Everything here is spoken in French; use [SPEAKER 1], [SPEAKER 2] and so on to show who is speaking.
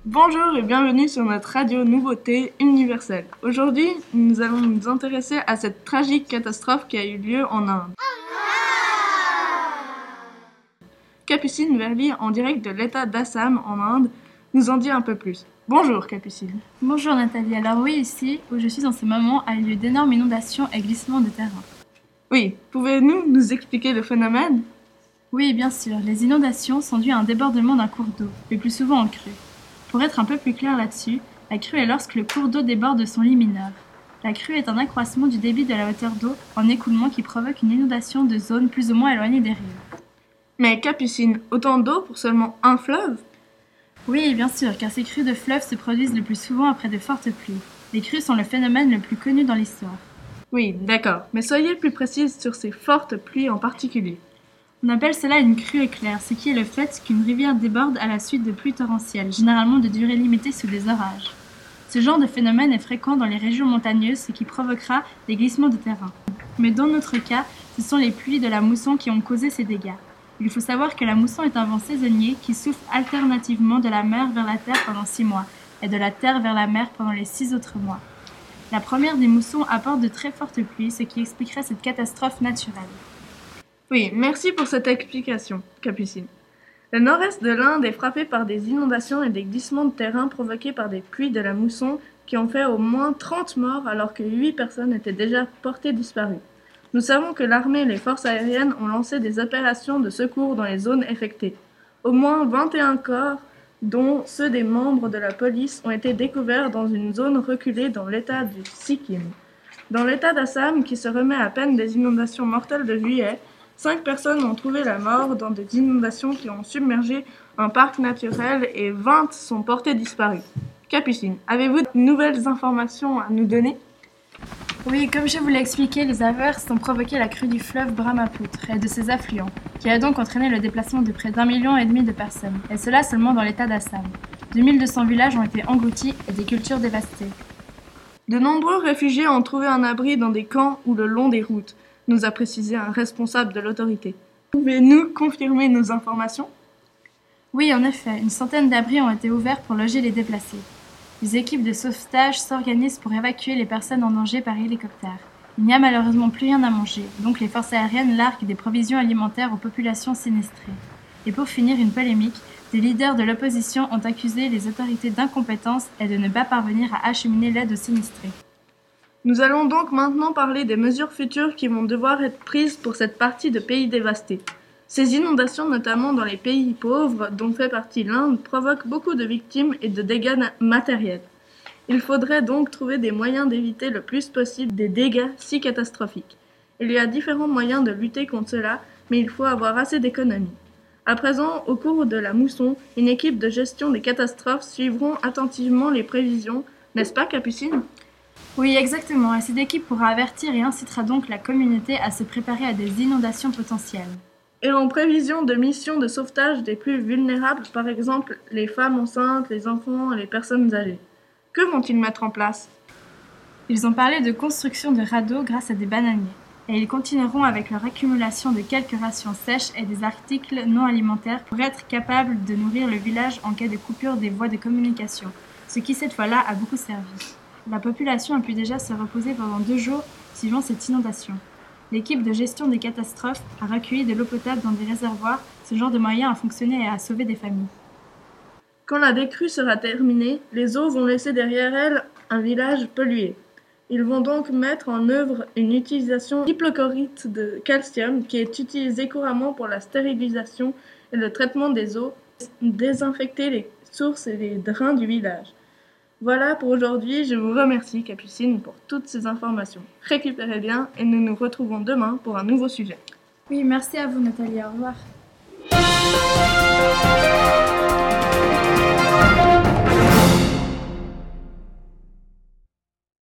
[SPEAKER 1] Bonjour et bienvenue sur notre radio Nouveauté Universelle. Aujourd'hui, nous allons nous intéresser à cette tragique catastrophe qui a eu lieu en Inde. Capucine Verly, en direct de l'État d'Assam en Inde, nous en dit un peu plus. Bonjour Capucine.
[SPEAKER 2] Bonjour Nathalie. Alors oui, ici où je suis en ce moment a eu lieu d'énormes inondations et glissements de terrain.
[SPEAKER 1] Oui, pouvez-vous nous expliquer le phénomène ?
[SPEAKER 2] Oui, bien sûr. Les inondations sont dues à un débordement d'un cours d'eau, le plus souvent en crue. Pour être un peu plus clair là-dessus, la crue est lorsque le cours d'eau déborde de son lit mineur. La crue est un accroissement du débit de la hauteur d'eau en écoulement qui provoque une inondation de zones plus ou moins éloignées des rives.
[SPEAKER 1] Mais Capucine, autant d'eau pour seulement un fleuve ?
[SPEAKER 2] Oui, bien sûr, car ces crues de fleuves se produisent le plus souvent après de fortes pluies. Les crues sont le phénomène le plus connu dans l'histoire.
[SPEAKER 1] Oui, d'accord, mais soyez plus précise sur ces fortes pluies en particulier.
[SPEAKER 2] On appelle cela une crue éclair, ce qui est le fait qu'une rivière déborde à la suite de pluies torrentielles, généralement de durée limitée sous des orages. Ce genre de phénomène est fréquent dans les régions montagneuses, ce qui provoquera des glissements de terrain. Mais dans notre cas, ce sont les pluies de la mousson qui ont causé ces dégâts. Il faut savoir que la mousson est un vent saisonnier qui souffle alternativement de la mer vers la terre pendant 6 mois et de la terre vers la mer pendant les 6 autres mois. La première des moussons apporte de très fortes pluies, ce qui expliquerait cette catastrophe naturelle.
[SPEAKER 1] Oui, merci pour cette explication, Capucine. Le nord-est de l'Inde est frappé par des inondations et des glissements de terrain provoqués par des pluies de la mousson qui ont fait au moins 30 morts alors que 8 personnes étaient déjà portées disparues. Nous savons que l'armée et les forces aériennes ont lancé des opérations de secours dans les zones affectées. Au moins 21 corps, dont ceux des membres de la police, ont été découverts dans une zone reculée dans l'état du Sikkim. Dans l'état d'Assam, qui se remet à peine des inondations mortelles de juillet, 5 personnes ont trouvé la mort dans des inondations qui ont submergé un parc naturel et 20 sont portées disparues. Capucine, avez-vous de nouvelles informations à nous donner ?
[SPEAKER 2] Oui, comme je vous l'ai expliqué, les averses ont provoqué la crue du fleuve Brahmapoutre et de ses affluents, qui a donc entraîné le déplacement de près d'1,5 million de personnes, et cela seulement dans l'état d'Assam. 2200 villages ont été engloutis et des cultures dévastées.
[SPEAKER 1] De nombreux réfugiés ont trouvé un abri dans des camps ou le long des routes, nous a précisé un responsable de l'autorité. Pouvez-vous confirmer nos informations ?
[SPEAKER 2] Oui, en effet, une centaine d'abris ont été ouverts pour loger les déplacés. Les équipes de sauvetage s'organisent pour évacuer les personnes en danger par hélicoptère. Il n'y a malheureusement plus rien à manger, donc les forces aériennes larguent des provisions alimentaires aux populations sinistrées. Et pour finir, une polémique, des leaders de l'opposition ont accusé les autorités d'incompétence et de ne pas parvenir à acheminer l'aide aux sinistrés.
[SPEAKER 1] Nous allons donc maintenant parler des mesures futures qui vont devoir être prises pour cette partie de pays dévastés. Ces inondations, notamment dans les pays pauvres, dont fait partie l'Inde, provoquent beaucoup de victimes et de dégâts matériels. Il faudrait donc trouver des moyens d'éviter le plus possible des dégâts si catastrophiques. Il y a différents moyens de lutter contre cela, mais il faut avoir assez d'économie. À présent, au cours de la mousson, une équipe de gestion des catastrophes suivront attentivement les prévisions, n'est-ce pas Capucine ?
[SPEAKER 2] Oui, exactement, et cette équipe pourra avertir et incitera donc la communauté à se préparer à des inondations potentielles.
[SPEAKER 1] Et en prévision de missions de sauvetage des plus vulnérables, par exemple les femmes enceintes, les enfants et les personnes âgées. Que vont-ils mettre en place ?
[SPEAKER 2] Ils ont parlé de construction de radeaux grâce à des bananiers, et ils continueront avec leur accumulation de quelques rations sèches et des articles non alimentaires pour être capables de nourrir le village en cas de coupure des voies de communication, ce qui cette fois-là a beaucoup servi. La population a pu déjà se reposer pendant 2 jours suivant cette inondation. L'équipe de gestion des catastrophes a recueilli de l'eau potable dans des réservoirs. Ce genre de moyen a fonctionné et a sauvé des familles.
[SPEAKER 1] Quand la décrue sera terminée, les eaux vont laisser derrière elles un village pollué. Ils vont donc mettre en œuvre une utilisation d'hypochlorite de calcium qui est utilisée couramment pour la stérilisation et le traitement des eaux, désinfecter les sources et les drains du village. Voilà pour aujourd'hui, je vous remercie Capucine pour toutes ces informations. Récupérez bien et nous nous retrouvons demain pour un nouveau sujet.
[SPEAKER 2] Oui, merci à vous Nathalie, au revoir.